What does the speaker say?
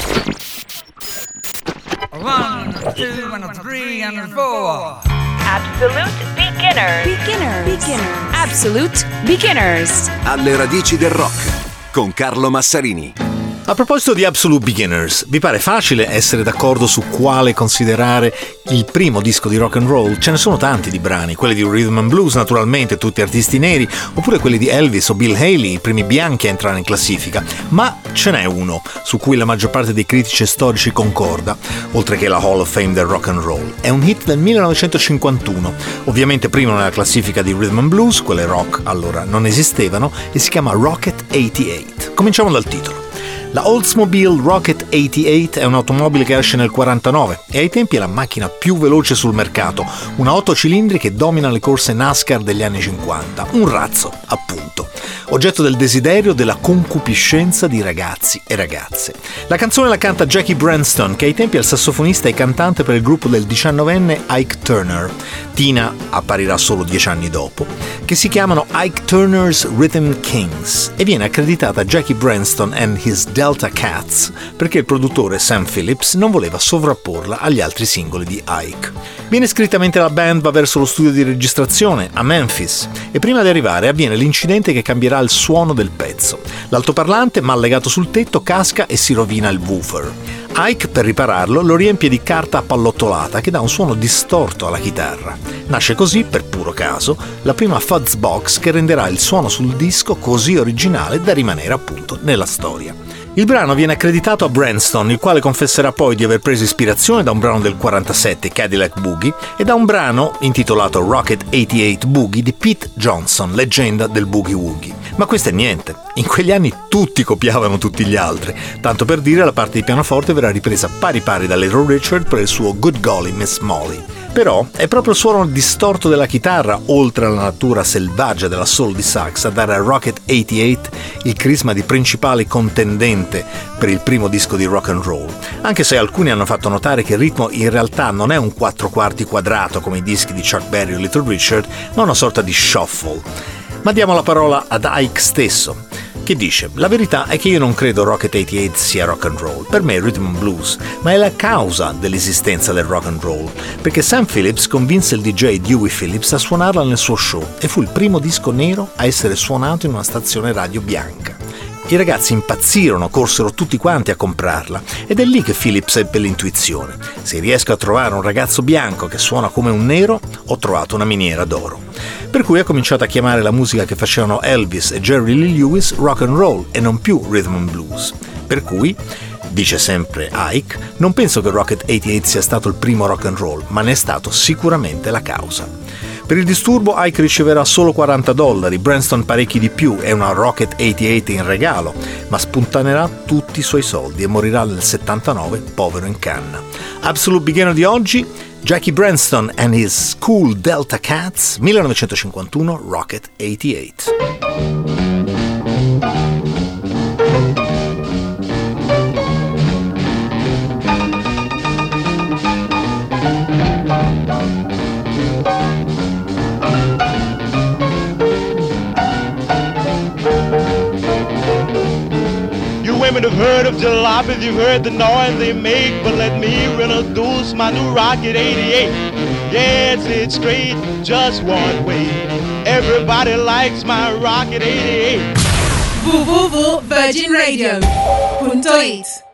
1, 2, and 3, and 4. Absolute beginners. Absolute beginners. Alle radici del rock con Carlo Massarini. A proposito di Absolute Beginners, vi pare facile essere d'accordo su quale considerare il primo disco di rock and roll? Ce ne sono tanti di brani, quelli di Rhythm and Blues naturalmente, tutti artisti neri, oppure quelli di Elvis o Bill Haley, i primi bianchi a entrare in classifica, ma ce n'è uno su cui la maggior parte dei critici storici concorda, oltre che la Hall of Fame del rock and roll. È un hit del 1951, ovviamente primo nella classifica di Rhythm and Blues, quelle rock allora non esistevano, e si chiama Rocket 88. Cominciamo dal titolo. La Oldsmobile Rocket 88 è un'automobile che esce nel 49 e ai tempi è la macchina più veloce sul mercato, una 8 cilindri che domina le corse NASCAR degli anni 50, un razzo, appunto, oggetto del desiderio, della concupiscenza di ragazzi e ragazze. La canzone la canta Jackie Branston, che ai tempi è il sassofonista e cantante per il gruppo del 19enne Ike Turner. Tina apparirà solo 10 anni dopo, che si chiamano Ike Turner's Rhythm Kings, e viene accreditata Jackie Branston and His Delta Cats perché il produttore Sam Phillips non voleva sovrapporla agli altri singoli di Ike. Viene scrittamente la band va verso lo studio di registrazione a Memphis e prima di arrivare avviene l'incidente che cambierà il suono del pezzo. L'altoparlante, mal legato sul tetto, casca e si rovina il woofer. Ike, per ripararlo, lo riempie di carta appallottolata che dà un suono distorto alla chitarra. Nasce così, per puro caso, la prima fuzz box che renderà il suono sul disco così originale da rimanere appunto nella storia. Il brano viene accreditato a Branston, il quale confesserà poi di aver preso ispirazione da un brano del 47, Cadillac Boogie, e da un brano intitolato Rocket 88 Boogie di Pete Johnson, leggenda del boogie woogie. Ma questo è niente, in quegli anni tutti copiavano tutti gli altri, tanto per dire la parte di pianoforte verrà ripresa pari pari da Little Richard per il suo Good Golly Miss Molly. Però è proprio il suono distorto della chitarra, oltre alla natura selvaggia della solo di sax, a dare a Rocket 88 il crisma di principale contendente per il primo disco di rock and roll, anche se alcuni hanno fatto notare che il ritmo in realtà non è un 4/4 quadrato come i dischi di Chuck Berry o Little Richard, ma una sorta di shuffle. Ma diamo la parola ad Ike stesso, che dice: la verità è che io non credo Rocket 88 sia rock and roll, per me è rhythm and blues, ma è la causa dell'esistenza del rock and roll, perché Sam Phillips convinse il DJ Dewey Phillips a suonarla nel suo show e fu il primo disco nero a essere suonato in una stazione radio bianca. I ragazzi impazzirono, corsero tutti quanti a comprarla ed è lì che Phillips ebbe l'intuizione: se riesco a trovare un ragazzo bianco che suona come un nero, ho trovato una miniera d'oro. Per cui ha cominciato a chiamare la musica che facevano Elvis e Jerry Lee Lewis rock and roll e non più rhythm and blues. Per cui, dice sempre Ike, non penso che Rocket 88 sia stato il primo rock and roll, ma ne è stato sicuramente la causa. Per il disturbo Ike riceverà solo $40, Branston parecchi di più e una Rocket 88 in regalo, ma spuntanerà tutti i suoi soldi e morirà nel 79 povero in canna. Absolute Beginner di oggi, Jackie Branston and His Cool Delta Cats, 1951, Rocket 88. Women have heard of jalopies, you've heard the noise they make, but let me introduce my new Rocket 88. Yes, it's straight, just one way. Everybody likes my Rocket 88. www.virginradio.it